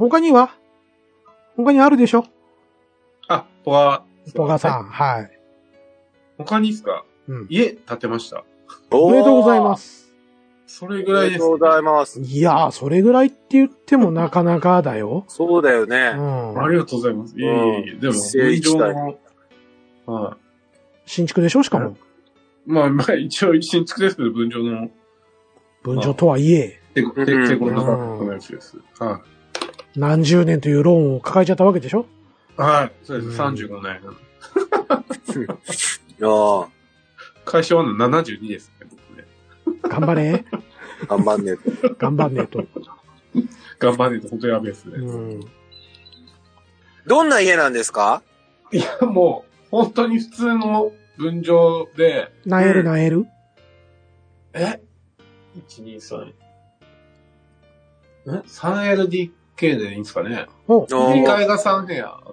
他にあるでしょ？ あ、ポガさん。はい。 他にですか？ うん。 家建てました。 おめでとうございます。 それぐらいです、ね。 おめでとうございます。 いやー、それぐらいって言ってもなかなかだよ。 そうだよね。 うん。 ありがとうございます。いえ。でも、分譲の、はい。 新築でしょしかも。 まあ、一応新築ですけど、分譲の。 分譲とはいえ。 手頃な価格のやつです。はい。 何十年というローンを抱えちゃったわけでしょ？ はい。そうです。35年。 いやー。 会社は72ですね、僕ね。 頑張れ。 頑張んねえと。 頑張んねえと。 頑張んねえと、本当やべえですね。 どんな家なんですか？ いや、もう、本当に普通の分譲で。 なえるなえる？ 1、2、3。3LDK でいいんですかね。2階が3部屋。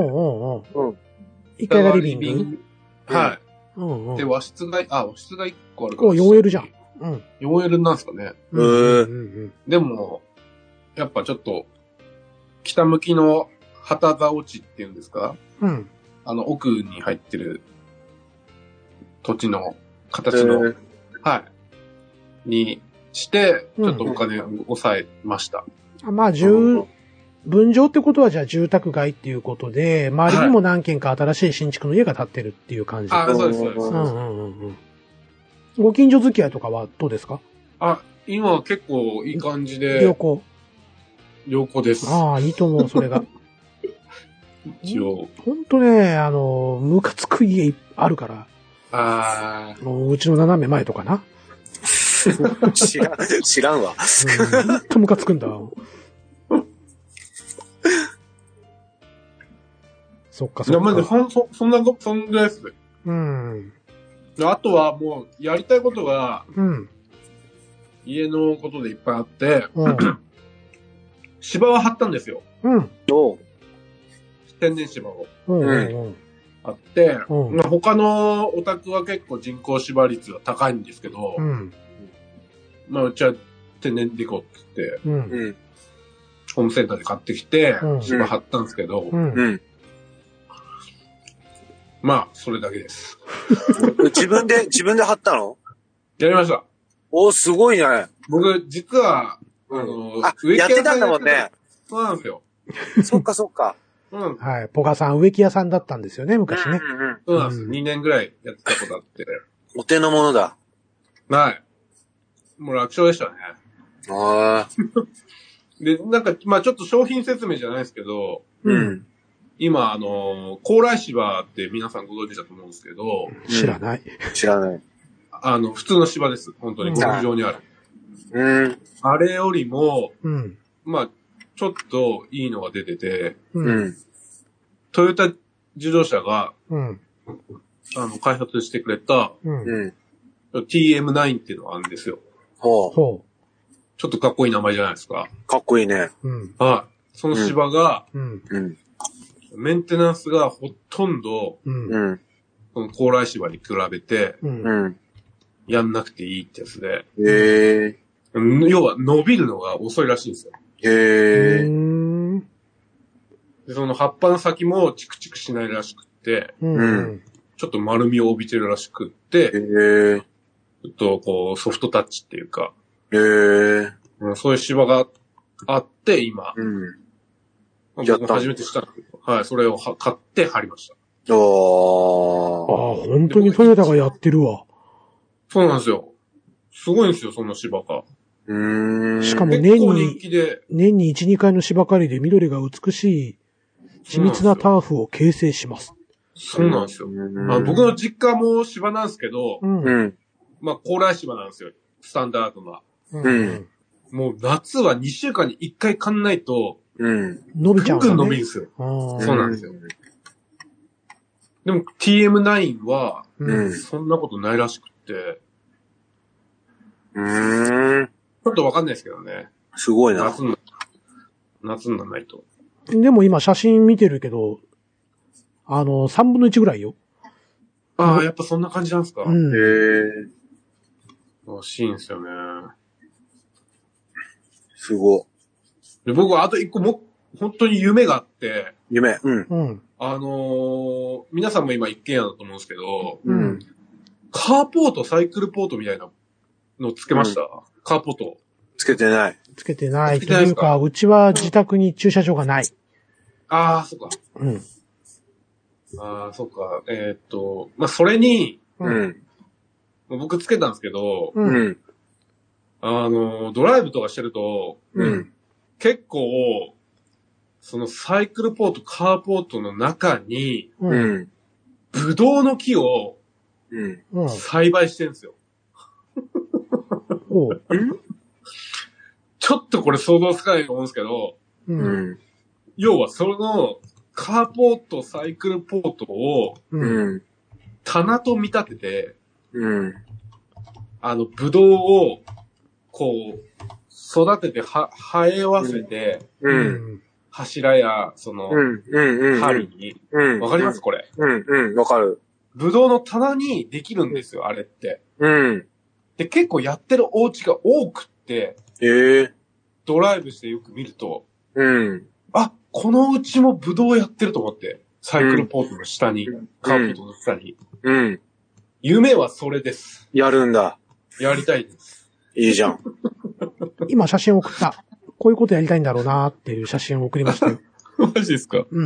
1階がリビング。 はい。で、和室が1個あるから。 4L じゃん。 4L なんですかね。でも、やっぱちょっと、北向きの旗座落ちっていうんですか？奥に入ってる土地の形の、はい。にして、ちょっとお金を抑えました。 まあ、分譲ってことはじゃあ住宅街っていうことで、周りにも何軒か新しい新築の家が建ってるっていう感じ。 あ、そうです、そうです。 ご近所付き合いとかはどうですか？ 今は結構いい感じで。良好です。 ああ、いいと思う、それが。 一応。 ほんとね、ムカつく家あるから。うちの斜め前とかな。 知らんわ。 ほんとムカつくんだ。そっかそっか。 いや、まじ、そんぐらいですね。あとはもう、やりたいことが、家のことでいっぱいあって、芝は張ったんですよ。天然芝を。あって、他のお宅は結構人工芝率が高いんですけど、まあ、うちは天然でいこうって言って、ホームセンターで買ってきて、芝張ったんですけど、まあ、それだけです。 自分で張ったの？ やりました。 お、すごいね。 僕、実は、 やってたんだもんね。 そうなんですよ。 そっかそっか。 はい。ポカさん、植木屋さんだったんですよね、昔ね。 そうなんです。2年ぐらいやってたことあって。 お手の物だ。 はい。もう楽勝でしたね。で、なんか、まあちょっと商品説明じゃないですけど、今、高麗芝って皆さんご存知だと思うんですけど、 知らない。 普通の芝です。本当に、ゴルフ場にある。あれよりも、まあちょっといいのが出てて、トヨタ自動車が、開発してくれた、TM9 っていうのがあるんですよ。ちょっとかっこいい名前じゃないですか。 かっこいいね。 はい。その芝が、メンテナンスがほとんど、この高麗芝に比べて、やんなくていいってやつで、要は伸びるのが遅いらしいんですよ。で、その葉っぱの先もチクチクしないらしくって、ちょっと丸みを帯びてるらしくって、ちょっとこうソフトタッチっていうか、そういう芝があって、今。僕も初めてしたんだけど、はい、それを買って貼りました。 本当にトヨタがやってるわ。 そうなんですよ。すごいんですよ、その芝が。 しかも年に1、2回の芝刈りで緑が美しい緻密なターフを形成します。 そうなんですよ。僕の実家も芝なんですけど、まあ、高麗芝なんですよ。スタンダードな。もう夏は2週間に1回刈んないと、 伸びちゃうんだね。 ぐんぐん伸びるんですよ。そうなんですよ。でも TM9 は、そんなことないらしくって、ちょっとわかんないですけどね。 すごいな。 夏にならないと。 でも今写真見てるけど、3分の1ぐらいよ。 やっぱそんな感じなんですか？らしいんですよね。 すご。 で、僕はあと1個も本当に夢があって、 夢。うん。 皆さんも今一軒家だと思うんですけど、 うん。 カーポート、サイクルポートみたいなのつけました、カーポート。 つけてない。 つけてない。というか、うちは自宅に駐車場がない。 ああ、そっか。 うん。 ああ、そっか。まあ、それに、 うん。 僕つけたんですけど、 うん。 ドライブとかしてると、 うん。 結構、そのサイクルポート、カーポートの中に、 うん。 ブドウの木を、栽培してるんですよ。 おう。 ちょっとこれ想像つかないと思うんですけど、 うん。 要はその、カーポート、サイクルポートを、棚と見立てて、ブドウを、こう、育てて生えわせて、柱や、針に。わかりますこれ。 わかる。 ブドウの棚にできるんですよ、あれって。で、結構やってるお家が多くって、ドライブしてよく見ると、あ、このうちもブドウやってると思って、サイクルポートの下に、カーポートの下に。夢はそれです。 やるんだ。 やりたいです。 いいじゃん。 今写真送った。こういうことやりたいんだろうなーっていう写真を送りましたよ。 マジですか？ うん。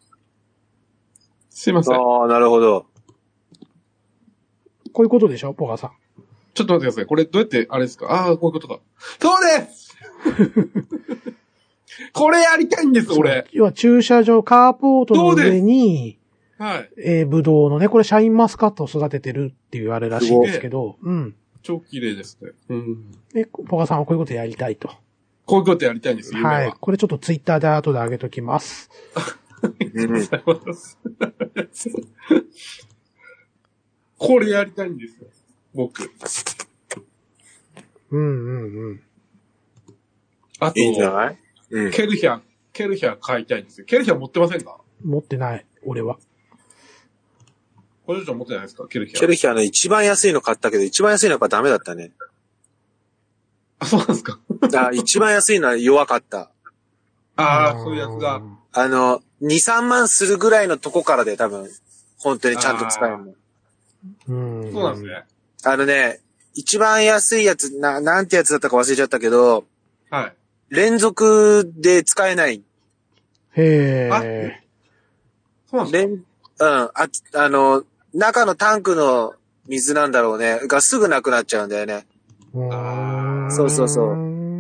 すいません。 ああ、なるほど。 こういうことでしょ、ポガさん。 ちょっと待ってください。これどうやって、あれですか？ああ、こういうことか。そうですこれやりたいんです、俺。 要は駐車場、カーポートの上に、 はい。 ブドウのね、これシャインマスカットを育ててるっていうあれらしいんですけど、うん。 超綺麗ですね。うん。 で、ポガさんはこういうことやりたいと。 こういうことやりたいんですよ、 はい。これちょっとツイッターで後で上げときます。 ありがとうございます。これやりたいんですよ、僕。あと、 いいんじゃない？ ケルヒャ買いたいんですよ。ケルヒャ持ってませんか？ 持ってない、俺は。 これ以上持ってないですか？ケルヒャ。 ケルヒャの一番安いの買ったけど、一番安いのやっぱダメだったね。 あ、そうなんですか？ 一番安いのは弱かった。 ああ、そういうやつが。 2、3万するぐらいのとこからで多分、本当にちゃんと使えるの。 そうなんですね。一番安いやつ、なんてやつだったか忘れちゃったけど、 はい。 連続で使えない。 へー。 そうなんですか？中のタンクの水なんだろうね。がすぐなくなっちゃうんだよね。そうそうそう。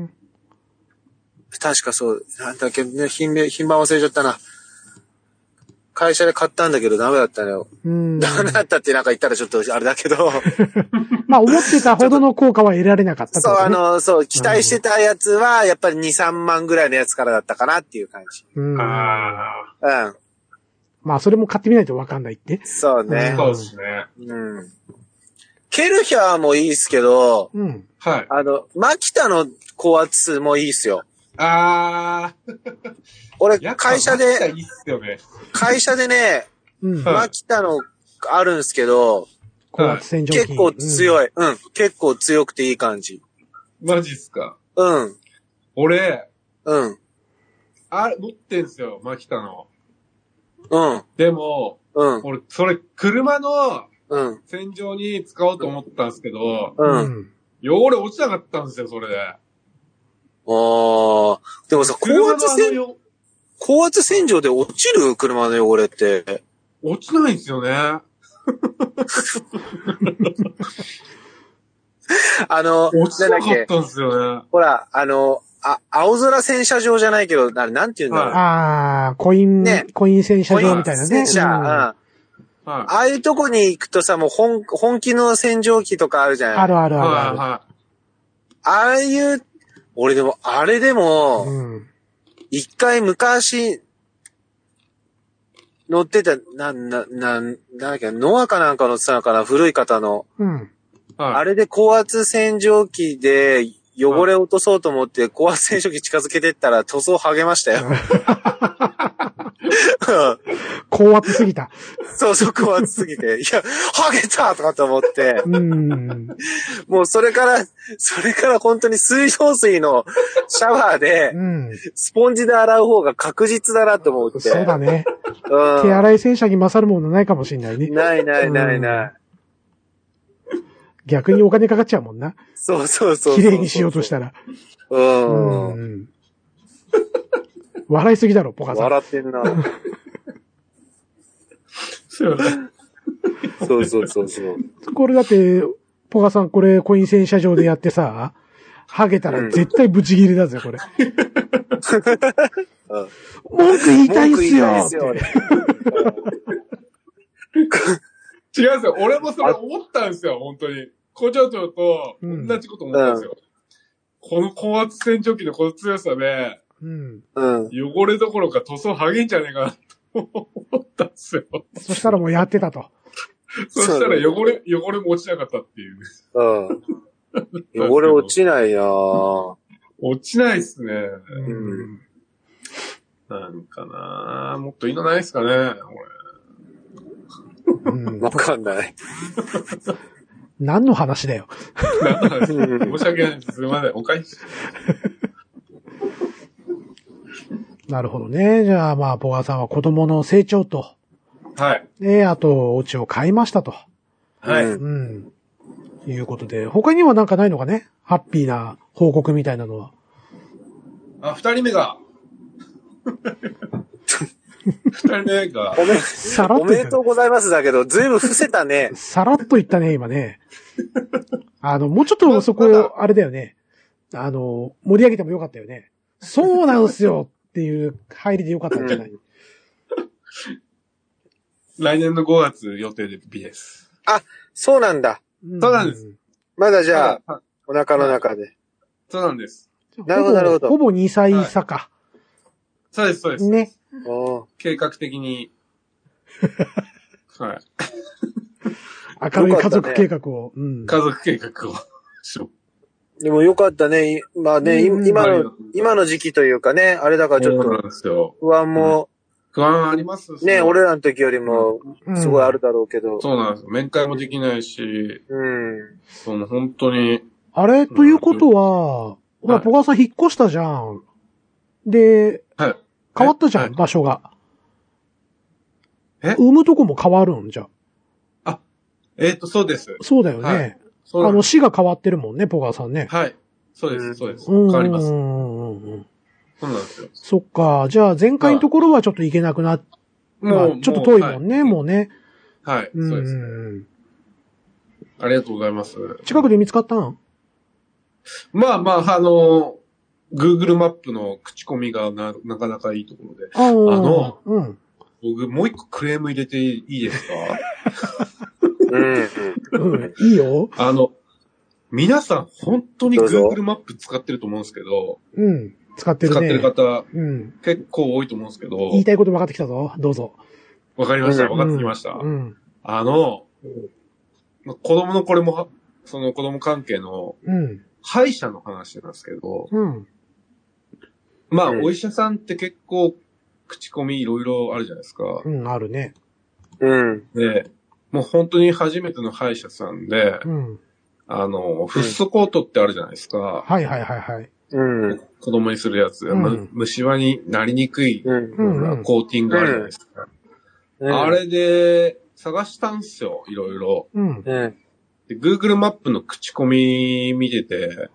確かそう。なんだっけ、品番忘れちゃったな。会社で買ったんだけどダメだったのよ。ダメだったってなんか言ったらちょっとあれだけど。 まあ思ってたほどの効果は得られなかったってことね。 そう、期待してたやつはやっぱり2、3万ぐらいのやつからだったかなっていう感じ。 まあそれも買ってみないと分かんないって。 そうね。 そうですね。 ケルヒャーもいいっすけど、 はい。 マキタの高圧もいいっすよ。俺、会社で、会社でね、マキタのあるんすけど、 高圧洗浄機。 結構強い。結構強くていい感じ。 マジっすか？俺、持ってんすよ、マキタの。でも、俺、それ、車の、洗浄に使おうと思ったんですけど、汚れ落ちなかったんですよ、それで。 でもさ、高圧洗浄で落ちる？車の汚れって。 落ちないんですよね。落ちなかったんですよね。 ほら、青空洗車場じゃないけど、なんて言うんだろう。 コイン洗車場みたいなね。 洗車、ああいうとこに行くとさ、もう本気の洗浄機とかあるじゃん。 ある。 ああいう、俺でも、あれでも、一回昔、乗ってた、なんだっけ、ノアかなんか乗ってたのかな、古い方の。あれで高圧洗浄機で汚れ落とそうと思って高圧洗浄機近づけてったら塗装剥げましたよ。 高圧すぎた。 そうそう、高圧すぎて。いや、ハゲたとかと思って。もうそれから本当に水道水のシャワーで、スポンジで洗う方が確実だなと思って。 そうだね。手洗い洗車に勝るものないかもしれないね。 ない。 逆にお金かかっちゃうもんな。 そう。 綺麗にしようとしたら。笑いすぎだろ、ポカさん。 笑ってんな。 そうね。 そう。 これだって、ポカさんこれコイン洗車場でやってさ、ハゲたら絶対ブチギレだぜ、これ。文句言いたいっすよって。 違うんですよ。俺もそれ思ったんですよ、本当に。工場長と同じこと思ったんですよ。この高圧洗浄機のこの強さで、汚れどころか塗装剥げんじゃねえかなと思ったんですよ。 そしたらもうやってたと。 そしたら汚れも落ちなかったっていう。 汚れ落ちないなぁ。 落ちないっすね。なんかなぁ。もっといいのないっすかね、 これ。わかんない。 何の話だよ。 何の話申し訳ないです。すみません。お返し。 なるほどね。じゃあまあ、ポガさんは子供の成長と。 はい。 あと、お家を買いましたと。 はい。 いうことで、他にはなんかないのかね？ハッピーな報告みたいなのは。 二人目が。二人目が。 おめでとうございますだけど、ずいぶん伏せたね。 さらっと言ったね、今ね。もうちょっとそこ、あれだよね。盛り上げてもよかったよね。そうなんすよっていう入りでよかったんじゃない？ 来年の5月予定で B です。 あ、そうなんだ。 そうなんです。 まだじゃあ、お腹の中で。 そうなんです。 なるほど。 ほぼ2歳差か。 そうです、 ね。 計画的に。はい。 明るい家族計画を。 家族計画を。 でもよかったね。まあね、今の時期というかね、あれだからちょっと、不安も。 不安ありますね、俺らの時よりも、すごいあるだろうけど。 そうなんですよ。面会もできないし、本当に。 あれ、ということは、ほら、ポガさん引っ越したじゃん。で、変わったじゃん、場所が。産むとこも変わるんじゃ。 そうです。 そうだよね。市が変わってるもんね、ポガさんね。 はい。そうです。変わります。そうなんですよ。 そっか。じゃあ、前回のところはちょっと行けなくなっまあ、ちょっと遠いもんね、もうね。 はい。そうですね。ありがとうございます。 近くで見つかったん？ まあ、Google マップの口コミがなかなかいいところで。僕もう一個クレーム入れていいですか？ いいよ。 皆さん本当に Google マップ使ってると思うんですけど。 使ってるね。 使ってる方、結構多いと思うんですけど。 言いたいこと分かってきたぞ。どうぞ。 分かりました。分かってきました。子供のこれも、その子供関係の、歯医者の話なんですけど、まあ、お医者さんって結構、口コミいろいろあるじゃないですか。 あるね。 で、もう本当に初めての歯医者さんで、フッ素コートってあるじゃないですか。 はい。 子供にするやつ。虫歯になりにくいコーティングあるじゃないですか。あれで探したんすよ、いろいろ。で、Google マップの口コミ見てて、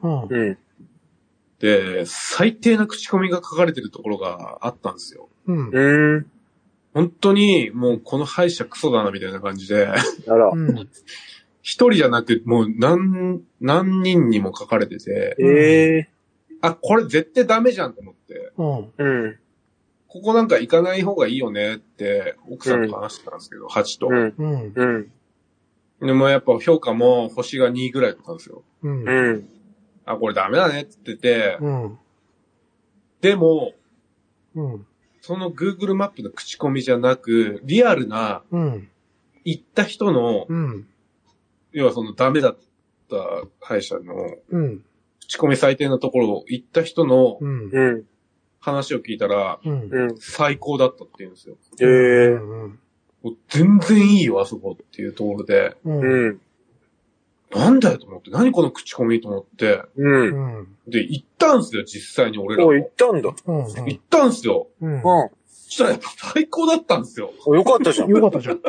で、最低な口コミが書かれてるところがあったんですよ。本当に、もうこの歯医者クソだなみたいな感じで、一人じゃなく、もう何人にも書かれてて、これ絶対ダメじゃんと思って、ここなんか行かない方がいいよねって奥さんと話してたんですけど、8と。でもやっぱ評価も星が2ぐらいだったんですよ。これダメだねって言ってて、でも、その Google マップの口コミじゃなく、リアルな、行った人の、要はそのダメだった歯医者の、口コミ最低のところを行った人の、 話を聞いたら、最高だったって言うんですよ。もう全然いいよ、あそこっていうところで。なんだよと思って、何この口コミと思って。で、行ったんすよ、実際に俺らも。 行ったんだ。 行ったんすよ。そしたらやっぱ最高だったんですよ。 よかったじゃん。 よかったじゃん。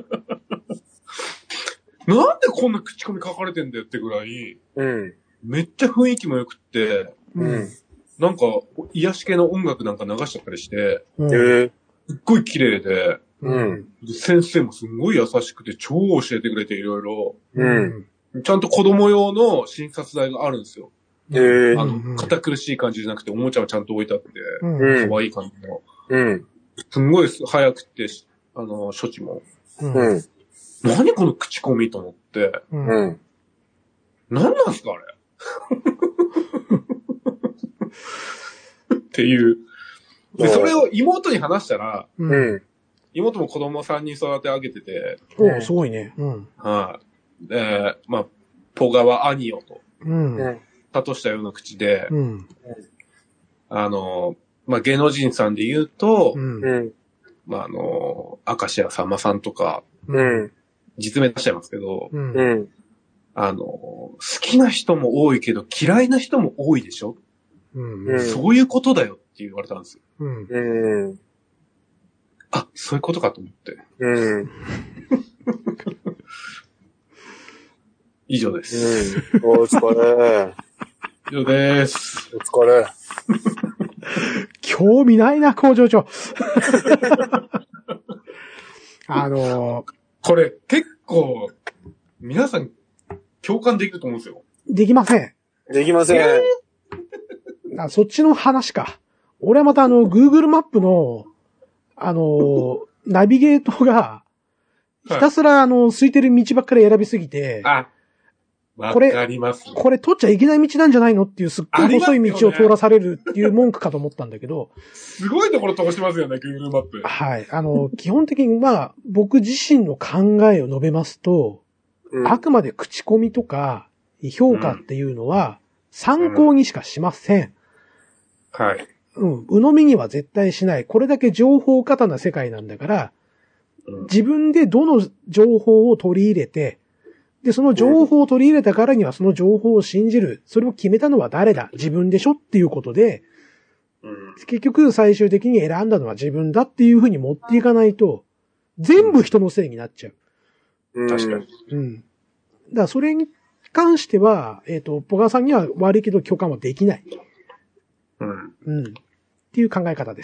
なんでこんな口コミ書かれてんだよってぐらい、めっちゃ雰囲気も良くって、なんか、癒し系の音楽なんか流しちゃったりして、すっごい綺麗で、先生もすんごい優しくて超教えてくれていろいろ、ちゃんと子供用の診察台があるんですよ。堅苦しい感じじゃなくておもちゃはちゃんと置いてあって、可愛い感じの。すんごい早くて、処置も。何この口コミと思って。何なんすかあれっていう。で、それを妹に話したら、妹も子供3人育て上げてて。 すごいね。 はい。で、まあ、ポガワアニオと。たとしたような口で、まあ、芸能人さんで言うと、まあ、明石家さんまさんとか、実名出しちゃいますけど、好きな人も多いけど嫌いな人も多いでしょ、そういうことだよって言われたんですよ。あ、そういうことかと思って。以上です。 お疲れ。 以上です。 お疲れ。 興味ないな、工場長。 これ結構、皆さん共感できると思うんですよ。 できません。 できません。 そっちの話か。俺はまたGoogle マップの、ナビゲートが、ひたすら空いてる道ばっかり選びすぎて、 わかります。 これ取っちゃいけない道なんじゃないのっていうすっごい細い道を通らされるっていう文句かと思ったんだけど。 すごいところ通してますよね、Google マップ。 はい。基本的に僕自身の考えを述べますと、あくまで口コミとか評価っていうのは参考にしかしません。 はい。 鵜呑みには絶対しない。これだけ情報過多な世界なんだから、自分でどの情報を取り入れて、で、その情報を取り入れたからにはその情報を信じる。それを決めたのは誰だ？自分でしょっていうことで、結局最終的に選んだのは自分だっていうふうに持っていかないと、全部人のせいになっちゃう。 確かに。 だからそれに関しては、ポガさんには悪いけど共感はできない。っていう考え方です。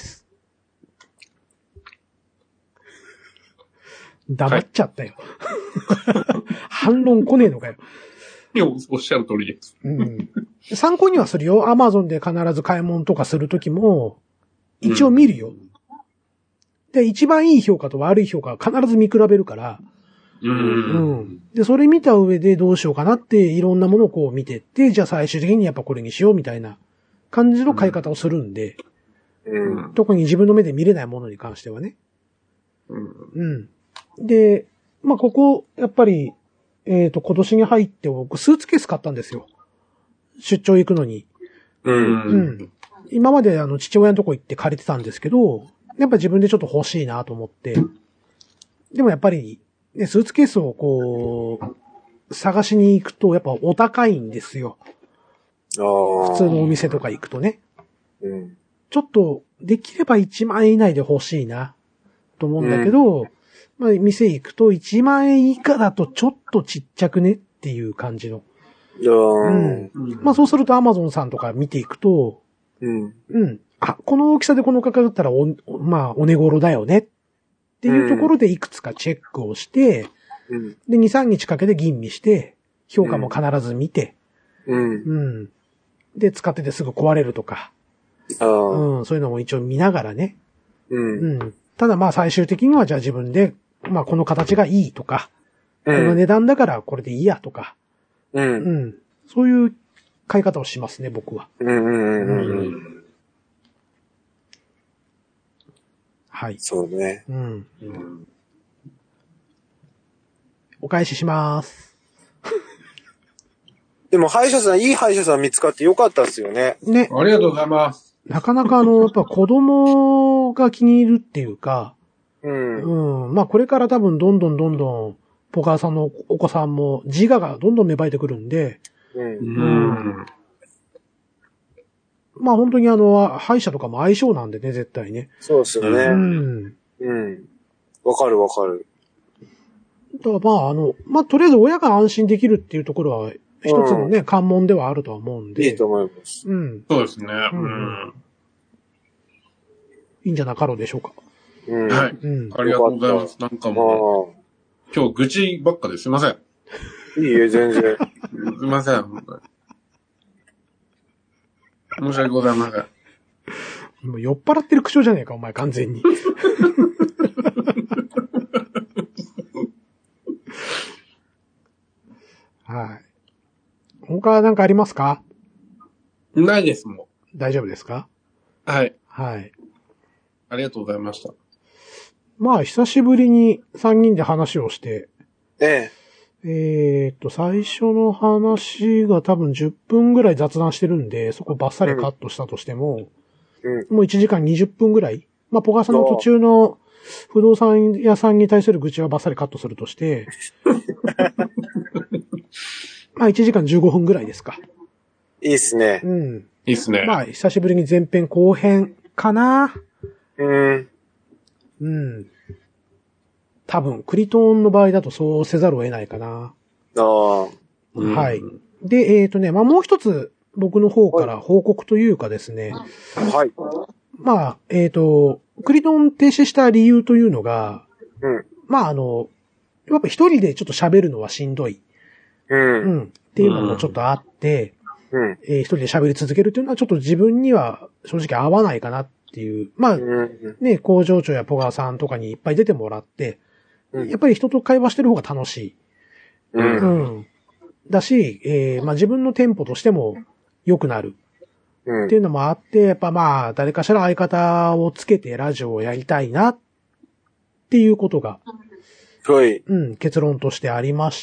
黙っちゃったよ。反論来ねえのかよ。 いや、おっしゃる通りです。 参考にはするよ。Amazon で必ず買い物とかするときも、一応見るよ。で、一番いい評価と悪い評価は必ず見比べるから、で、それ見た上でどうしようかなっていろんなものをこう見てって、じゃあ最終的にやっぱこれにしようみたいな感じの買い方をするんで、特に自分の目で見れないものに関してはね。で、まあ、ここ、やっぱり、今年に入って僕、スーツケース買ったんですよ。出張行くのに。今まで父親のとこ行って借りてたんですけど、やっぱ自分でちょっと欲しいなと思って。でもやっぱり、ね、スーツケースをこう、探しに行くと、やっぱお高いんですよ。普通のお店とか行くとね。ちょっと、できれば1万円以内で欲しいな、と思うんだけど、まあ、店行くと1万円以下だとちょっとちっちゃくねっていう感じの。まあそうすると Amazon さんとか見ていくと、この大きさでこの価格だったらまあお値頃だよねっていうところでいくつかチェックをして、で、2、3日かけて吟味して、評価も必ず見て、で、使っててすぐ壊れるとか、そういうのも一応見ながらね。ただまあ最終的にはじゃあ自分で、まあこの形がいいとか、この値段だからこれでいいやとか、そういう買い方をしますね、僕は。はい。 そうね。 お返しします。 でも歯医者さん、いい歯医者さん見つかってよかったっすよね。 ね。ありがとうございます。 なかなかやっぱ子供が気に入るっていうか、 うん。 まあこれから多分どんどん、ポカーさんのお子さんも自我がどんどん芽生えてくるんで、まあ本当に歯医者とかも相性なんでね、絶対ね。 そうですよね。わかる。 だからまあとりあえず親が安心できるっていうところは、一つのね、関門ではあるとは思うんで。 いいと思います。 そうですね。 いいんじゃなかろうでしょうか。 はい。ありがとうございます。なんかもう、今日愚痴ばっかですいません。 いいえ、全然。 すいません。申し訳ございません。 もう酔っ払ってる口調じゃねえか、お前完全に。はい。他なんかありますか？ ないですもん。大丈夫ですか？ はい。 はい。 ありがとうございました。 まあ、久しぶりに3人で話をして。最初の話が多分10分ぐらい雑談してるんで、そこバッサリカットしたとしても、もう1時間20分ぐらい。まあ、ポカさんの途中の不動産屋さんに対する愚痴はバッサリカットするとして、まあ、1時間15分ぐらいですか。 いいっすね。 いいっすね。 まあ、久しぶりに前編後編かな。多分、クリトーンの場合だとそうせざるを得ないかな。はい。で、まあ、もう一つ僕の方から報告というかですね。 はい。 まあ、クリトーン停止した理由というのが、まあ、やっぱ一人でちょっと喋るのはしんどい。っていうのもちょっとあって、一人で喋り続けるっていうのはちょっと自分には正直合わないかなっていう。まあ、ね、工場長やポガーさんとかにいっぱい出てもらって、やっぱり人と会話してる方が楽しい。だし、まあ自分のテンポとしても良くなる。っていうのもあって、やっぱまあ、誰かしら相方をつけてラジオをやりたいなっていうことが、結論としてありまして、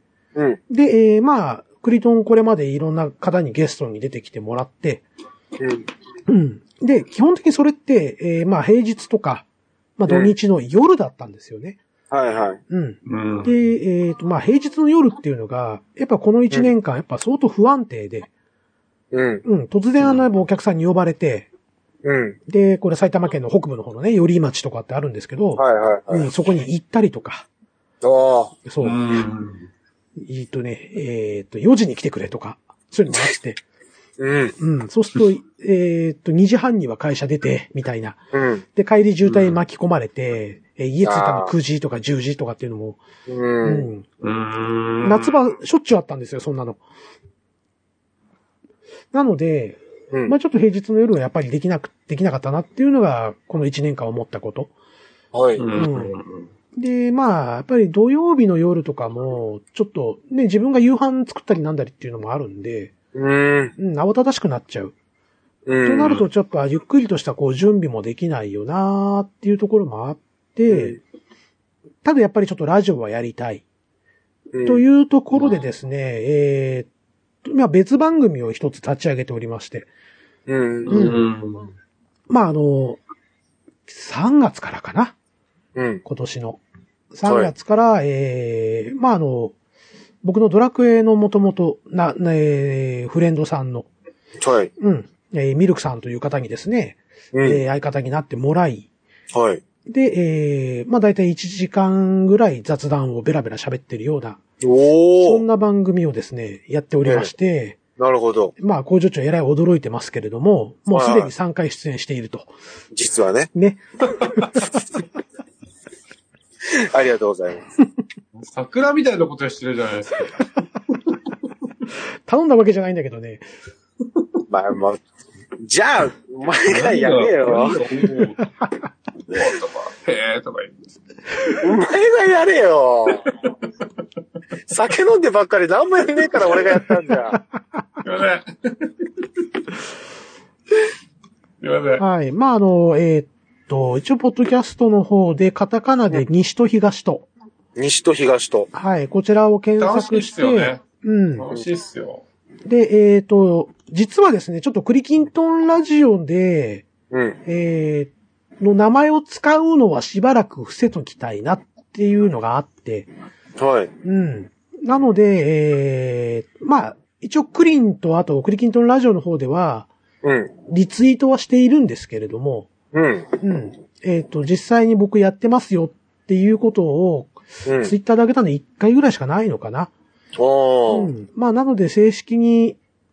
で、まあ、クリトンこれまでいろんな方にゲストに出てきてもらって、で、基本的にそれって、まあ平日とか、まあ土日の夜だったんですよね。で、まあ平日の夜っていうのが、やっぱこの1年間やっぱ相当不安定で、突然お客さんに呼ばれて、で、これ埼玉県の北部の方のね、寄居町とかってあるんですけど、そこに行ったりとか、そう。4時に来てくれとか、そういうのもあって、そうすると、2時半には会社出て、みたいな。で、帰り渋滞巻き込まれて、家着いたの9時とか10時とかっていうのも、夏場しょっちゅうあったんですよ、そんなの。なので、まあちょっと平日の夜はやっぱりできなかったなっていうのが、この1年間思ったこと。で、まあ、やっぱり土曜日の夜とかも、ちょっとね、自分が夕飯作ったりなんだりっていうのもあるんで、慌ただしくなっちゃう。となると、ちょっとゆっくりとした準備もできないよなーっていうところもあって、ただやっぱりちょっとラジオはやりたい。というところでですね、まあ別番組を一つ立ち上げておりまして。まあ3月からかな。今年の。3月から、まあ僕のドラクエのもともとフレンドさんの、ミルクさんという方にですね、相方になってもらい、で、まあ大体1時間ぐらい雑談をベラベラ喋ってるような、そんな番組をですね、やっておりまして、 なるほど。 まあ工場長えらい驚いてますけれども、もうすでに3回出演していると。 実はね。 ね。 ありがとうございます。 桜みたいなことしてるじゃないですか。 頼んだわけじゃないんだけどね。 まあ、じゃあ、お前がやれよ。とか、 へーとか言う。お前がやれよ。酒飲んでばっかり何もやんねえから俺がやったんじゃ。 すいません。すいません。 はい。まあ一応、ポッドキャストの方で、カタカナで西と東と。 西と東と。 はい。こちらを検索して。 楽しいっすよね。楽しいっすよ。 で、 実はですね、ちょっとクリキントンラジオで、 うん。 の名前を使うのはしばらく伏せときたいなっていうのがあって、 はい。 うん。なので、まあ、一応クリンとあとクリキントンラジオの方では、 うん。 リツイートはしているんですけれども、 うん。 うん。実際に僕やってますよっていうことを、 うん。 ツイッターで上げたの1回ぐらいしかないのかな。 おー。 うん。まあ、なので正式に、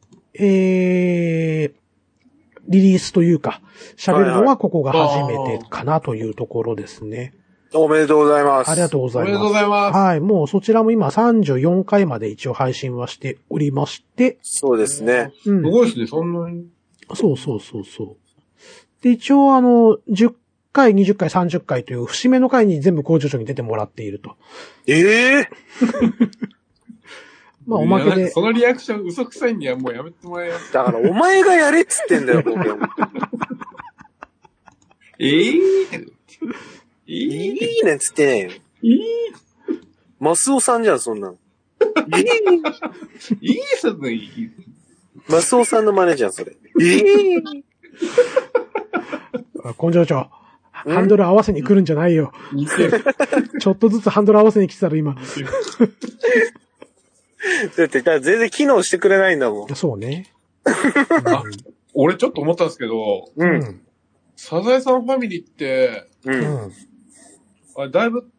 リリースというか、喋るのはここが初めてかなというところですね。 おめでとうございます。 ありがとうございます。 おめでとうございます。 はい。もうそちらも今34回まで一応配信はしておりまして。 そうですね。 うん。 すごいですね、そんなに。 そう。で、一応10回、20回、30回という節目の回に全部工場長に出てもらっていると。まあおまけで。 そのリアクション嘘くさいんでもうやめてもらえます。 だからお前がやれっつってんだよ、僕。いいねっつってねえよ。マスオさんじゃん、そんなの。 いいそのいい。 マスオさんの真似じゃん、それ。 工場長。ハンドル合わせに来るんじゃないよ。ちょっとずつハンドル合わせに来てたら今。 だって、全然機能してくれないんだもん。 そうね。 俺ちょっと思ったんですけど、 うん。 サザエさんファミリーって、 うん。 あれだいぶ、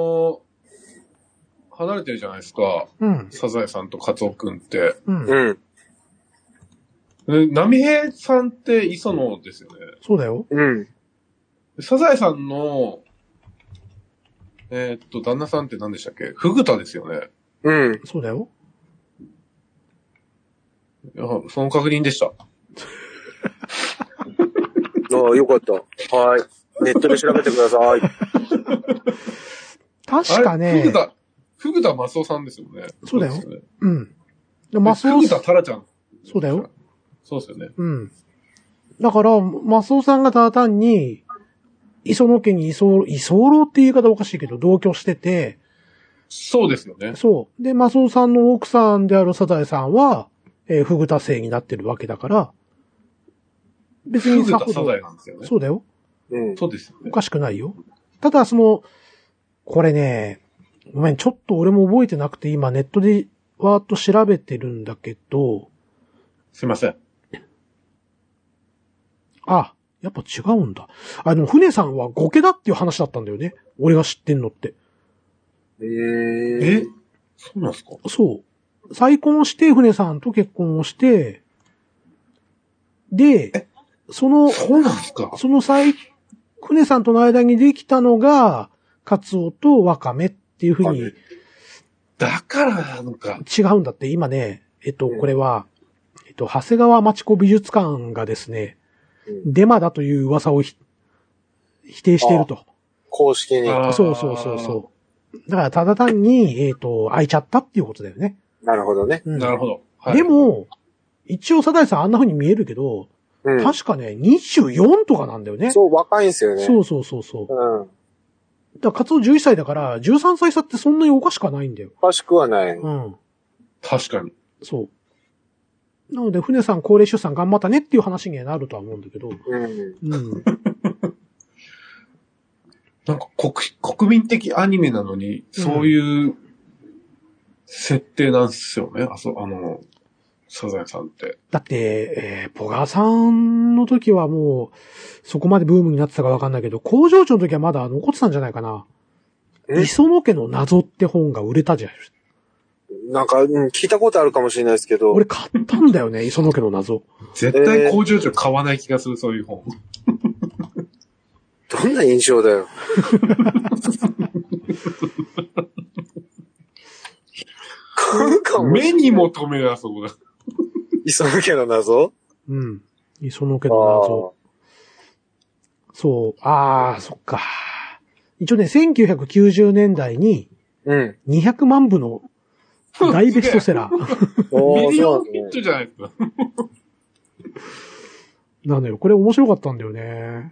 離れてるじゃないですか。 うん。 サザエさんとカツオくんって。 うん。 波平さんって磯野ですよね。 そうだよ。 うん。 サザエさんの、旦那さんって何でしたっけ？フグタですよね。 うん。 そうだよ。 いや、その確認でした。 ああ、よかった。はい。ネットで調べてください。 確かね。 フグタマスオさんですよね。 そうだよ。 そうですよね。 うん。マスオ。 フグタタラちゃん。 そうだよ。 そうですよね。 うん。だから、マスオさんがただ単に、磯野家に居候っていう言い方おかしいけど、同居してて。 そうですよね。 そう。で、マスオさんの奥さんであるサザエさんは、フグタ姓になってるわけだから、別にフグタサザエなんですよね。 そうだよ。 うん。 そうですよね。 おかしくないよ。ただ、これね、ごめん、ちょっと俺も覚えてなくて、今ネットでわーっと調べてるんだけど。 すいません。 あ、やっぱ違うんだ。船さんはゴケだっていう話だったんだよね。俺が知ってんのって。 そうなんですか？ そう。再婚して、船さんと結婚をして、で、 そうなんですか？ 船さんとの間にできたのが、カツオとワカメっていう風に。 だからなのか。 違うんだって、今ね、これは、長谷川町子美術館がですね、デマだという噂を否定していると。 公式に。 そう。だからただ単に、開いちゃったっていうことだよね。 なるほどね。 なるほど。 はい、でも、一応サザエさんあんな風に見えるけど、確かね、24とかなんだよね。 そう、若いんですよね。 そう。だからカツオ11歳だから、13歳差ってそんなにおかしくはないんだよ。 おかしくはない。 うん。 確かに。 そう。なので、船さん高齢出産頑張ったねっていう話にはなるとは思うんだけど。 なんか国民的アニメなのに、そういう設定なんですよね。サザエさんって。 だって、ポガさんの時はもう、そこまでブームになってたかわかんないけど、工場長の時はまだ残ってたんじゃないかな。磯野家の謎って本が売れたじゃん。 なんか、聞いたことあるかもしれないですけど。 俺買ったんだよね、磯野家の謎。 絶対工場長買わない気がする、そういう本。 どんな印象だよ。 目に求めるあそこだ。 磯野家の謎？ うん。磯野家の謎。そう。そっか。一応ね、1990年代に、200万部の大ベストセラー。 ミリオンヒットじゃないですか。 なのよ。これ面白かったんだよね。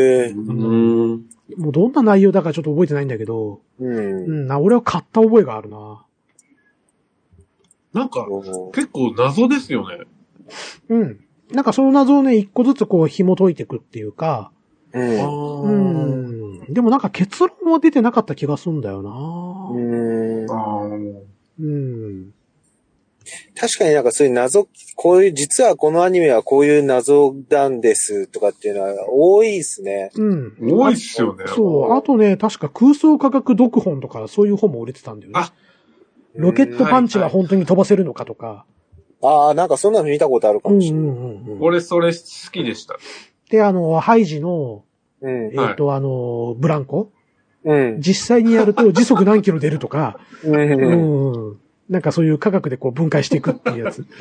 もうどんな内容だかちょっと覚えてないんだけど、俺は買った覚えがあるな。 なんか、結構謎ですよね。 うん。なんかその謎をね、一個ずつこう紐解いていくっていうか、 うん。 でもなんか結論は出てなかった気がするんだよな。 確かになんかそういう謎、実はこのアニメはこういう謎なんですとかっていうのは多いですね。 多いっすよね。 そう。あとね、確か空想科学読本とかそういう本も売れてたんだよね。ロケットパンチは本当に飛ばせるのかとか。 なんかそんなの見たことあるかもしれない。 俺それ好きでした。 で、ハイジの、ブランコ、実際にやると時速何キロ出るとか、なんかそういう科学でこう分解していくっていうやつ。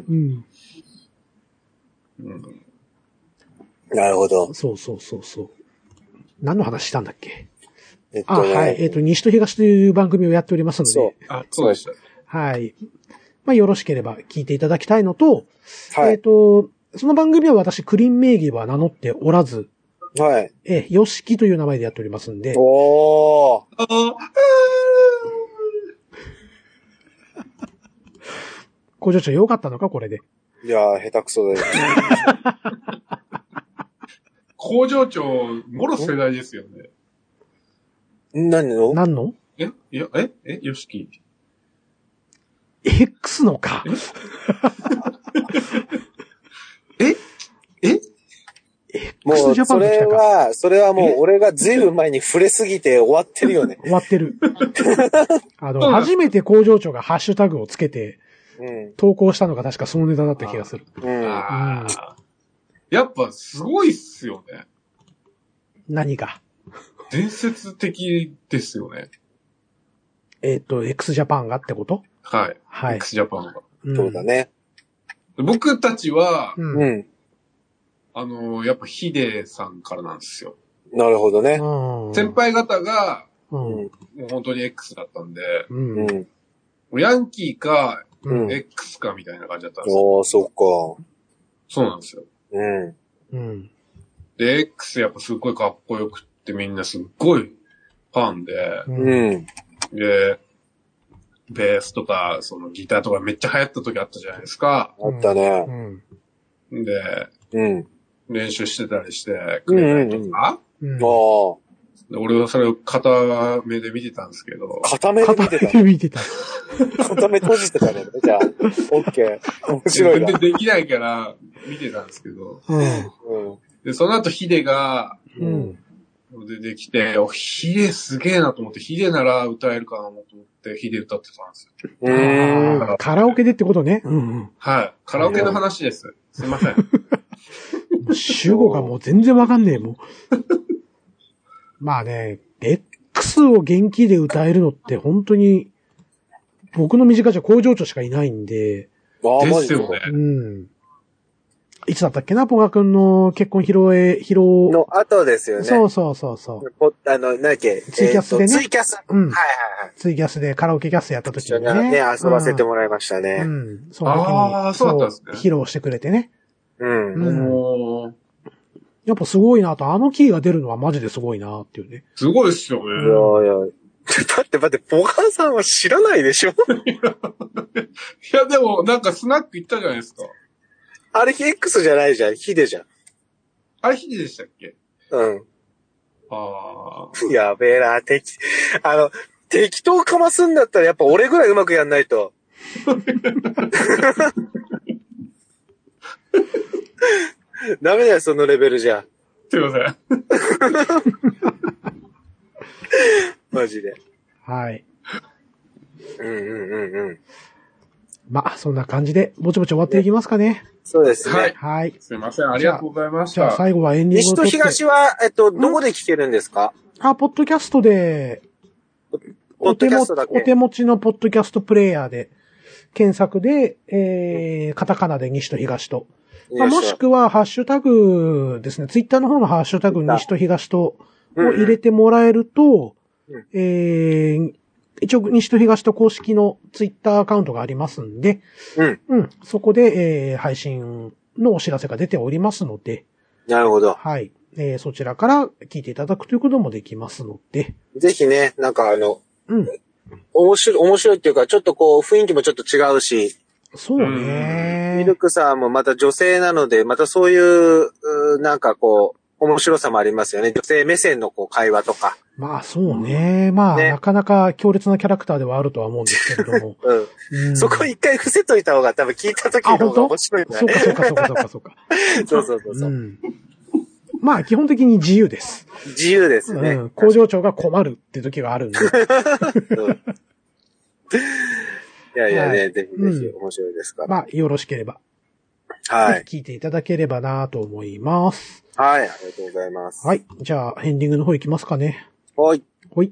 なるほど。 そう。何の話したんだっけ？はい。西と東という番組をやっておりますので。 そうでした。 はい。まあ、よろしければ聞いていただきたいのと、 はい。 その番組は私、クリーン名義は名乗っておらず、 はい。 ヨシキという名前でやっておりますんで。 おー。 工場長よかったのかこれで。 いやー、下手くそだよ。 工場長、もろ世代ですよね。 何のヨシキ。 X のか。 もう、それはもう、俺がずいぶん前に触れすぎて終わってるよね。 終わってる。初めて工場長がハッシュタグをつけて、投稿したのが確かそのネタだった気がする。 やっぱすごいっすよね。 何が？ 伝説的ですよね。 x ジャパンがってこと？ はい。x ジャパンが。 そうだね。 僕たちは、やっぱヒデさんからなんですよ。 なるほどね。 先輩方が、もう本当に X だったんで、ヤンキーか、X かみたいな感じだったんですよ。 そっか。 そうなんですよ。で、X やっぱすっごいかっこよくってみんなすっごいファンで、で、ベースとか、そのギターとかめっちゃ流行った時あったじゃないですか。 あったね。 で、練習してたりしてくれたりとか。俺はそれを片目で見てたんですけど。 片目で見てた。片目閉じてたね。じゃあ、オッケー。面白いな。 全然できないから見てたんですけど。で、その後ヒデが、出てきて、ヒデすげえなと思って、ヒデなら歌えるかなと思って、ヒデ歌ってたんですよ。カラオケでってことね。 はい。カラオケの話です。すいません。 主語がもう全然わかんねえもん。まあね、X を元気で歌えるのって本当に、僕の身近じゃ工場長しかいないんで。 ですよね。 いつだったっけな、ポガ君の結婚披露の後ですよね。 そう。 なんだっけ、 ツイキャスでね。 ツイキャス。 ツイキャスでカラオケキャスやった時にね。 ね、遊ばせてもらいましたね。 その時に。 そうだったんですね。 披露してくれてね。やっぱすごいなと、あのキーが出るのはマジですごいなっていうね。 すごいっすよね。 待って、ポガさんは知らないでしょいや、でも、なんかスナック行ったじゃないですか。 あれ X じゃないじゃん、ヒデじゃん。 あれヒデでしたっけ？ やべえな、適当かますんだったらやっぱ俺ぐらいうまくやんないと。ダメだよ、そのレベルじゃ。 すいません。 マジで。 はい。まあ、そんな感じで、ぼちぼち終わっていきますかね。 そうですね。 はい。 すいません、ありがとうございました。 じゃあ最後はエンディング西と東は、どこで聞けるんですか？ ポッドキャストで、お手持ちのポッドキャストプレイヤーで、検索で、カタカナで西と東と。もしくは、ハッシュタグですね。ツイッターの方のハッシュタグ西と東とを入れてもらえると、一応、西と東と公式のツイッターアカウントがありますんで、そこで、配信のお知らせが出ておりますので、 なるほど。 はい。そちらから聞いていただくということもできますので。 ぜひね、なんか面白いっていうか、ちょっとこう、雰囲気もちょっと違うし。 そうね。 ミルクさんもまた女性なので、またそういう、なんかこう、面白さもありますよね。女性目線のこう会話とか。 まあそうね。まあ、ね、なかなか強烈なキャラクターではあるとは思うんですけれども。 うん。そこ一回伏せといた方が多分聞いた時の方が面白いんだね。 そうか。 そう。 まあ基本的に自由です。 自由ですね。 工場長が困るって時があるんで。 いやね、ぜひぜひ面白いですから。 まあよろしければ。 はい。 聞いていただければなと思います。 はい、ありがとうございます。 はい。じゃあ、エンディングの方行きますかね。 はい。 はい。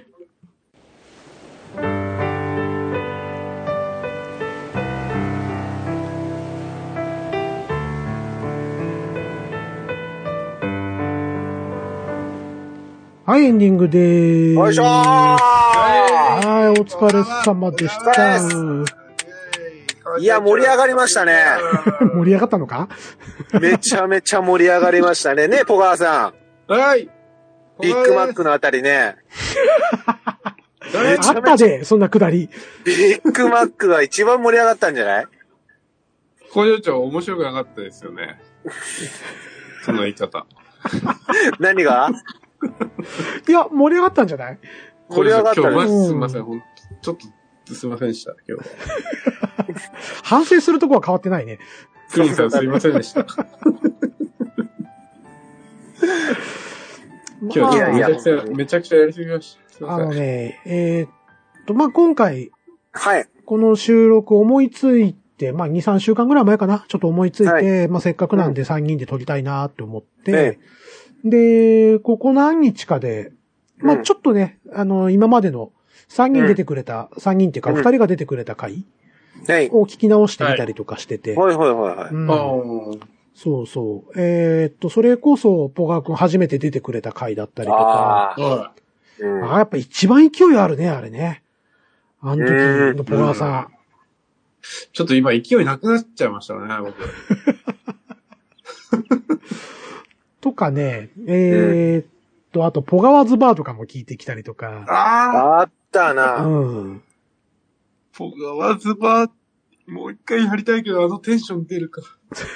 はい、エンディングでーす。 よいしょー。 はい、お疲れ様でした。 いや、盛り上がりましたね。 盛り上がったのか？ めちゃめちゃ盛り上がりましたね。ね、ポガーさん。はい。 ビッグマックのあたりね。 あったで、そんなくだり。 ビッグマックが一番盛り上がったんじゃない？ 工場長面白くなかったですよね。その言い方。 何が？ いや、盛り上がったんじゃない？ 盛り上がったね。 今日すみません。ちょっとすみませんでした、今日は。 反省するとこは変わってないね。 クリーンさんすみませんでした。今日はめちゃくちゃやりすぎました。 まあ、今回、 はい。 この収録思いついて、まあ、2、3週間ぐらい前かな、ちょっと思いついて、はい、まあ、せっかくなんで3人で撮りたいなって思って、で、ここ何日かで、まあ、ちょっとね、今までの3人出てくれた、3人っていうか2人が出てくれた回を聞き直してみたりとかしてて。 はい。 そうそう。それこそ、ポガー君初めて出てくれた回だったりとか。やっぱ一番勢いあるね、あれね。あの時のポガーさん。 ちょっと今勢いなくなっちゃいましたね、僕。 とかね、あと、ポガワズバーとかも聞いてきたりとか。 あったな。 ポガワズバー、もう一回やりたいけど、あのテンション出るか。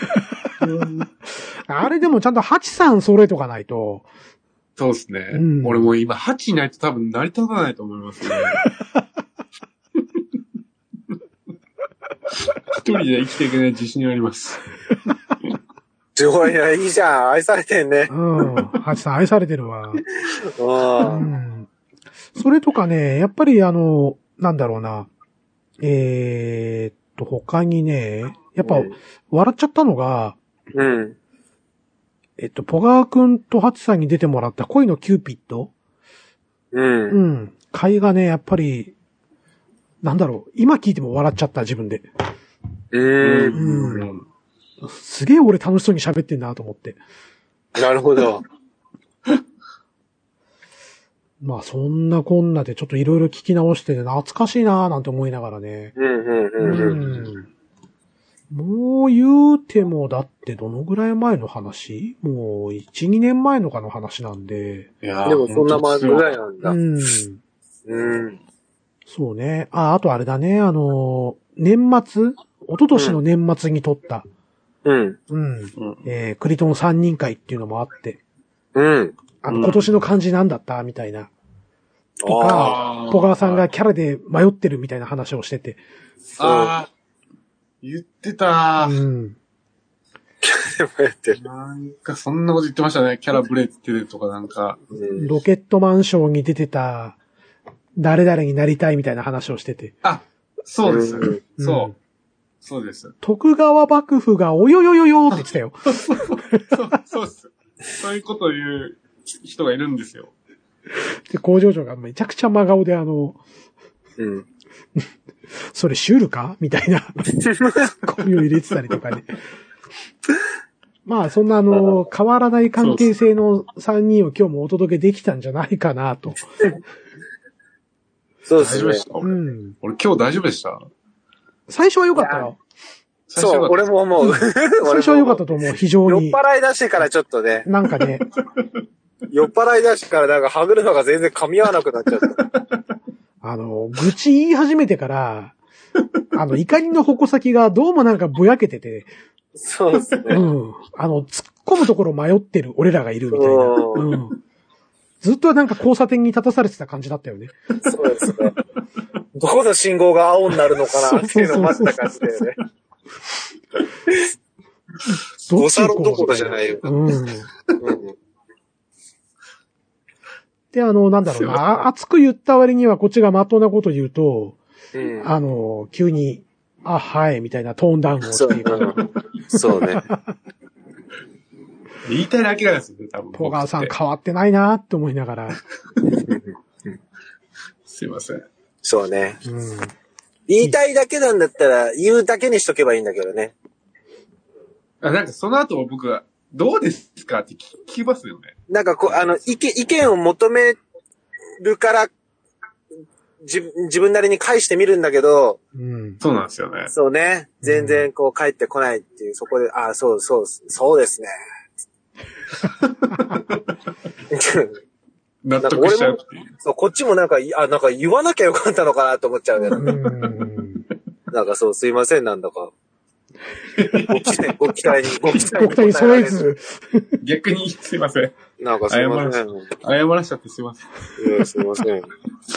あれでもちゃんと8さん揃えとかないと。 そうですね。俺もう今8いないと多分成り立たないと思いますね。一人で生きていけない自信あります。 すごいな、いいじゃん。愛されてんね。 8さん愛されてるわ。それとかね、やっぱりなんだろうな。他にね、やっぱ、笑っちゃったのが、ポガー君とハチさんに出てもらった恋のキューピッド回がね、やっぱり、なんだろう、今聞いても笑っちゃった、自分で。すげえ俺楽しそうに喋ってんなと思って。 なるほど。 まあそんなこんなでちょっといろいろ聞き直してて懐かしいなーなんて思いながらね。もう言うてもだってどのぐらい前の話？もう1、2年前のかの話なんで。 いやでもそんな前ぐらいなんだ。 そうね。あとあれだね。年末？一昨年の年末に撮った。クリトン3人会っていうのもあって。今年の漢字なんだったみたいな。とか、ポガーさんがキャラで迷ってるみたいな話をしてて。 言ってたキャラで迷ってる。 なんかそんなこと言ってましたね。キャラブレってるとかなんか。 ロケットマンションに出てた、誰々になりたいみたいな話をしてて。 そうです。そうです。 徳川幕府がおよよよよって言ってたよ。 そうです。そういうことを言う人がいるんですよ。 で、工場長がめちゃくちゃ真顔でそれシュールかみたいな声を入れてたりとかね。まあ、そんな変わらない関係性の3人を今日もお届けできたんじゃないかなと。 そうですね。 俺今日大丈夫でした？ 最初は良かったよ。 そう、俺も思う。 最初は良かったと思う、非常に。 酔っ払い出してからちょっとね。 なんかね。 酔っ払い出してからなんかはぐるのが全然噛み合わなくなっちゃった。 愚痴言い始めてから、 怒りの矛先がどうもなんかぼやけてて。 そうですね。 うん。突っ込むところ迷ってる俺らがいるみたいな。うん。ずっとなんか交差点に立たされてた感じだったよね。 そうですね。どこの信号が青になるのかなっていうのを待った感じだよね。ゴサロどころじゃないよ。うん。 で、なんだろうな、熱く言った割にはこっちがまっとうなこと言うと、急に、はい、みたいなトーンダウンをしていく。 そうね。 言いたいだけなんですよね、多分。 ポガーさん変わってないなって思いながら。 すいません。 そうね。言いたいだけなんだったら、言うだけにしとけばいいんだけどね。 なんかその後僕は、どうですかって聞きますよね。 なんか意見を求めるから、自分なりに返してみるんだけど、 そうなんですよね。 そうね。全然返ってこないっていう、そこで、そうですね。 納得しちゃうっていう。 そう、こっちもなんか言わなきゃよかったのかなと思っちゃうね。なんかすいません、なんだか。ご期待にそれず。 逆にすいません。 なんかすいません。 謝らしちゃってすいません。 いや、すいません。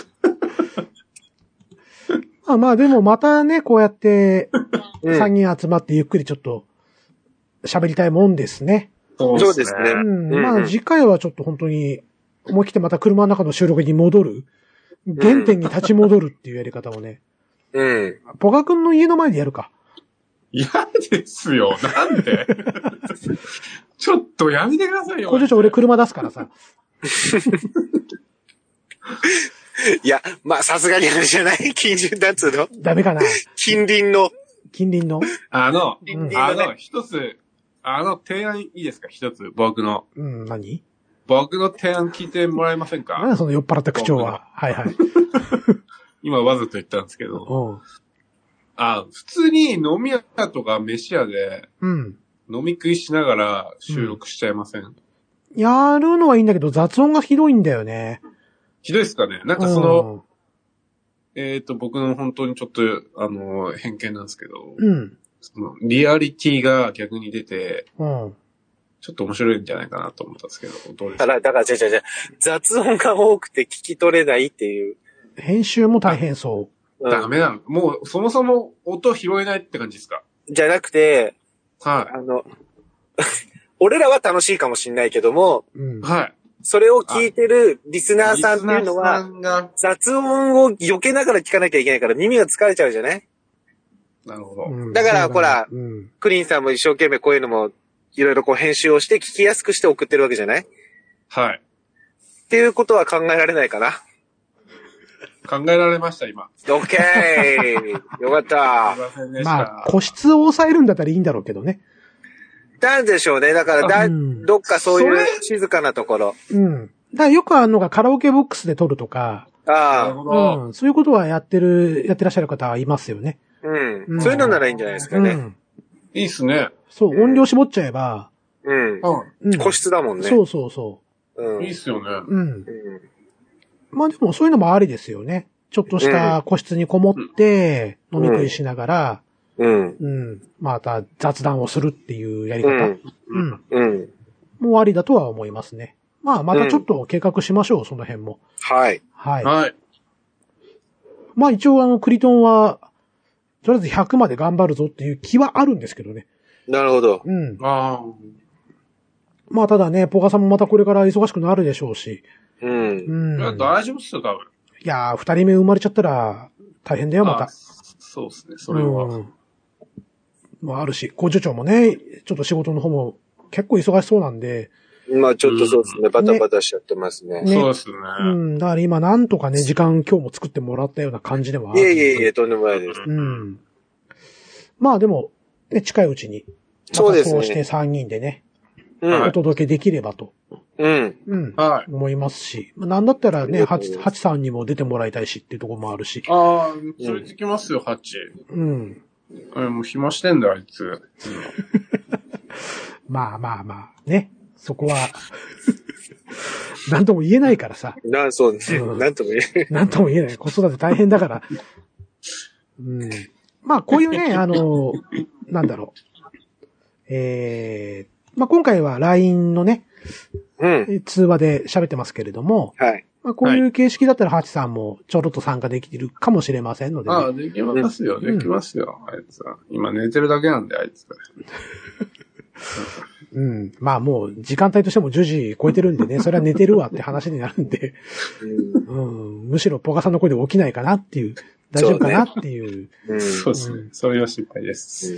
まあでもまたね、こうやって、3人集まってゆっくりちょっと喋りたいもんですね。 そうですね。 まあ次回はちょっと本当に思い切ってまた車の中の収録に戻る。原点に立ち戻るっていうやり方をね。ポガ君の家の前でやるか。 嫌ですよ。なんでちょっとやめてくださいよ。 工場長俺車出すからさ。 いや、まあさすがにあれじゃない近隣だっつうのダメかな近隣の。 一つ、提案いいですか一つ、僕の。 何僕の提案聞いてもらえませんか何その酔っ払った口調は。はいはい。 今わざと言ったんですけど。普通に飲み屋とか飯屋で、飲み食いしながら収録しちゃいません、 やるのはいいんだけど雑音がひどいんだよね。 ひどいですかねなんか僕の本当にちょっと、偏見なんですけど、そのリアリティが逆に出て、ちょっと面白いんじゃないかなと思ったんですけど、どうですか？ だから、雑音が多くて聞き取れないっていう。 編集も大変そう。 ダメなの。もう、そもそも音拾えないって感じですか？ じゃなくて、俺らは楽しいかもしんないけども、 はい。 それを聞いてるリスナーさんっていうのは、雑音を避けながら聞かなきゃいけないから耳が疲れちゃうじゃない？ なるほど。 だから、ほら、クリーンさんも一生懸命こういうのも、いろいろ編集をして聞きやすくして送ってるわけじゃない？ はい。 っていうことは考えられないかな？ 考えられました、今。 オッケーよかった。 すいませんでした。 まあ、個室を抑えるんだったらいいんだろうけどね。 なんでしょうね。だからどっかそういう静かなところ。 だからよくあるのがカラオケボックスで撮るとか。 なるほど。 そういうことはやってらっしゃる方はいますよね。 そういうのならいいんじゃないですかね。 いいっすね。 そう、音量絞っちゃえば。 個室だもんね。 そう。 いいっすよね。 まあでもそういうのもありですよね。ちょっとした個室にこもって、飲み食いしながら、また雑談をするっていうやり方。もうありだとは思いますね。まあまたちょっと計画しましょう、その辺も。 はい。 まあ一応クリトンは、とりあえず100まで頑張るぞっていう気はあるんですけどね。 なるほど。 まあただね、ポカさんもまたこれから忙しくなるでしょうし。 いや、大丈夫っすよ、多分。 いやー、2人目生まれちゃったら大変だよ、また。 そうですね、それは。 まああるし、工場長もね、ちょっと仕事の方も結構忙しそうなんで。 まあちょっとそうですね、バタバタしちゃってますね。 そうですね。 だから今なんとかね、時間今日も作ってもらったような感じではある。 いえ、とんでもないです。 まあでも、ね、近いうちに。 そうですね。 そうして3人でね、お届けできればと。思いますし。なんだったらね、ハチさんにも出てもらいたいしっていうところもあるし。 連れてきますよ、ハチ。もう暇してんだよ、あいつ。 まあ、ね。そこは、なんとも言えないからさ。 そうですね。なんとも言えない。 なんとも言えない。子育て大変だから。 うん。まあ、こういうね、なんだろう。まあ、今回は LINE のね、通話で喋ってますけれども、 はい。 まあ、こういう形式だったらハチさんもちょろっと参加できるかもしれませんので、ね。 ああ、できますよ、できますよ、あいつは。今寝てるだけなんで、あいつ。 うん。まあもう、時間帯としても10時超えてるんでね、それは寝てるわって話になるんで、むしろポカさんの声で起きないかなっていう、大丈夫かなっていう。 そうですね。それは心配です。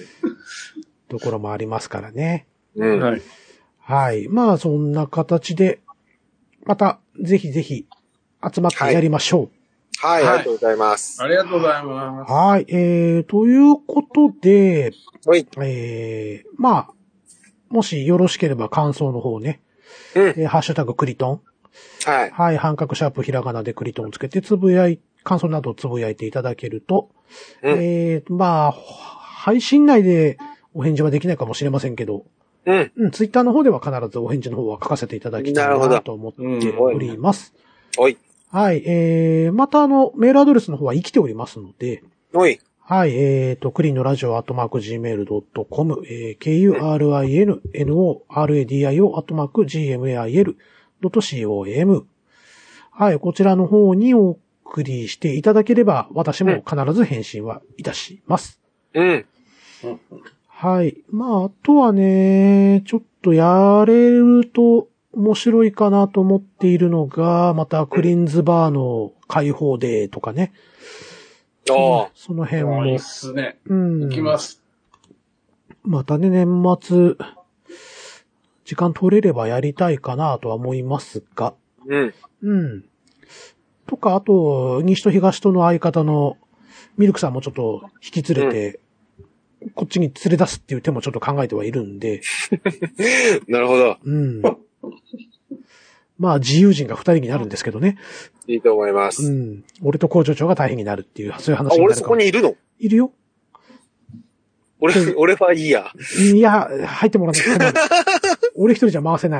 ところもありますからね。 はい。 はい。まあ、そんな形で、また、ぜひぜひ、集まってやりましょう。 はい、ありがとうございます。 ありがとうございます。 はい。ということで、 はい。 まあ、もしよろしければ感想の方ね。ハッシュタグクリトン。 はい。 はい。半角シャープひらがなでクリトンをつけて感想などをつぶやいていただけると、まあ、配信内でお返事はできないかもしれませんけど、ツイッターの方では必ずお返事の方は書かせていただきたいなと思っております。 はい。 はい。またメールアドレスの方は生きておりますので、 はい。 はい。クリンのラジオ@gmail.com、KURINORADIO@gmail.com。はい。こちらの方にお送りしていただければ、私も必ず返信はいたします。はい。まあ、あとはね、ちょっとやれると面白いかなと思っているのが、またクリンズバーの開放デーとかね。その辺も。 いいっすね。行きます。 またね、年末、時間取れればやりたいかなとは思いますが。とか、あと、西と東との相方のミルクさんもちょっと引き連れて、こっちに連れ出すっていう手もちょっと考えてはいるんで。 なるほど。 まあ、自由人が2人になるんですけどね。 いいと思います。 俺と工場長が大変になるっていう、そういう話になる。 俺そこにいるの？ いるよ。 俺はいいや。 いや、入ってもらわないと。俺一人じゃ回せない。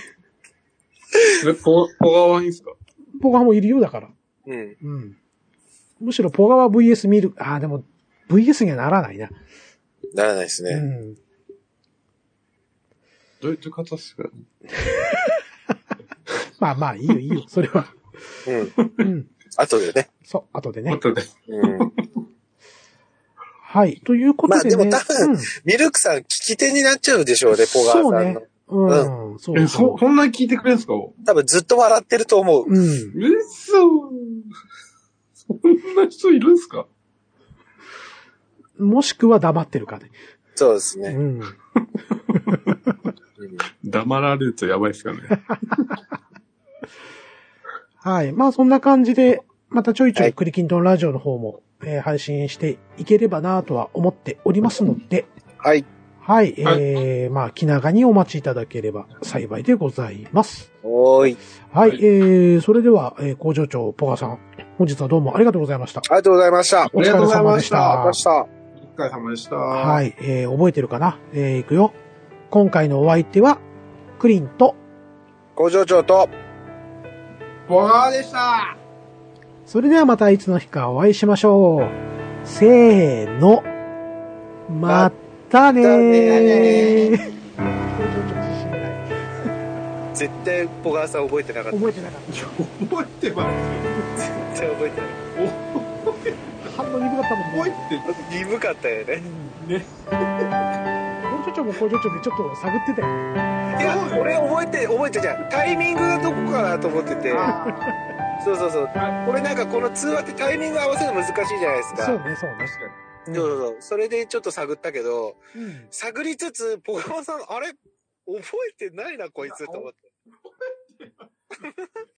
ポガワいいんすか？ ポガワもいるよ、だから。むしろポガワ VS 見る。でも、VS にはならないな。 ならないですね。 どういう方っすか？ まあ、いいよ、それは。 後でね。 そう、後でね。 後で。 はい、ということでね。 まあでも多分、ミルクさん聞き手になっちゃうでしょうね、ポガーさんの。 そうね。 そんなに聞いてくれるんですか？ 多分ずっと笑ってると思う。 嘘。そんな人いるんすか？ もしくは黙ってるかね。 そうですね。 黙られるとやばいですよね。 はい。まあそんな感じで、またちょいちょいクリキントンラジオの方も、配信していければなとは思っておりますので、 はい。 はい。まあ気長にお待ちいただければ幸いでございます。 はい。 はい。それでは、工場長ポガさん、本日はどうもありがとうございました。 ありがとうございました。 お疲れ様でした。 お疲れ様でした。 はい。覚えてるかな？いくよ。今回のお相手は、クリンと、 工場長と、 ポガワでした。 それではまたいつの日かお会いしましょう。せーの。またねー。 絶対ポガーさん覚えてなかった。 覚えてなかった。 覚えてます。 絶対覚えてない。 反応鈍かったもんね。 覚えてる。鈍かったよね。 ね。 工場長も工場長でちょっと探ってたよ。 いや、俺覚えてじゃん。タイミングがどこかなと思ってて。そう。これなんかこの通話ってタイミング合わせるの難しいじゃないですか。 そうね。確かに。そう。それでちょっと探ったけど、探りつつ、ポガワさん、あれ覚えてないな、こいつ、と思って。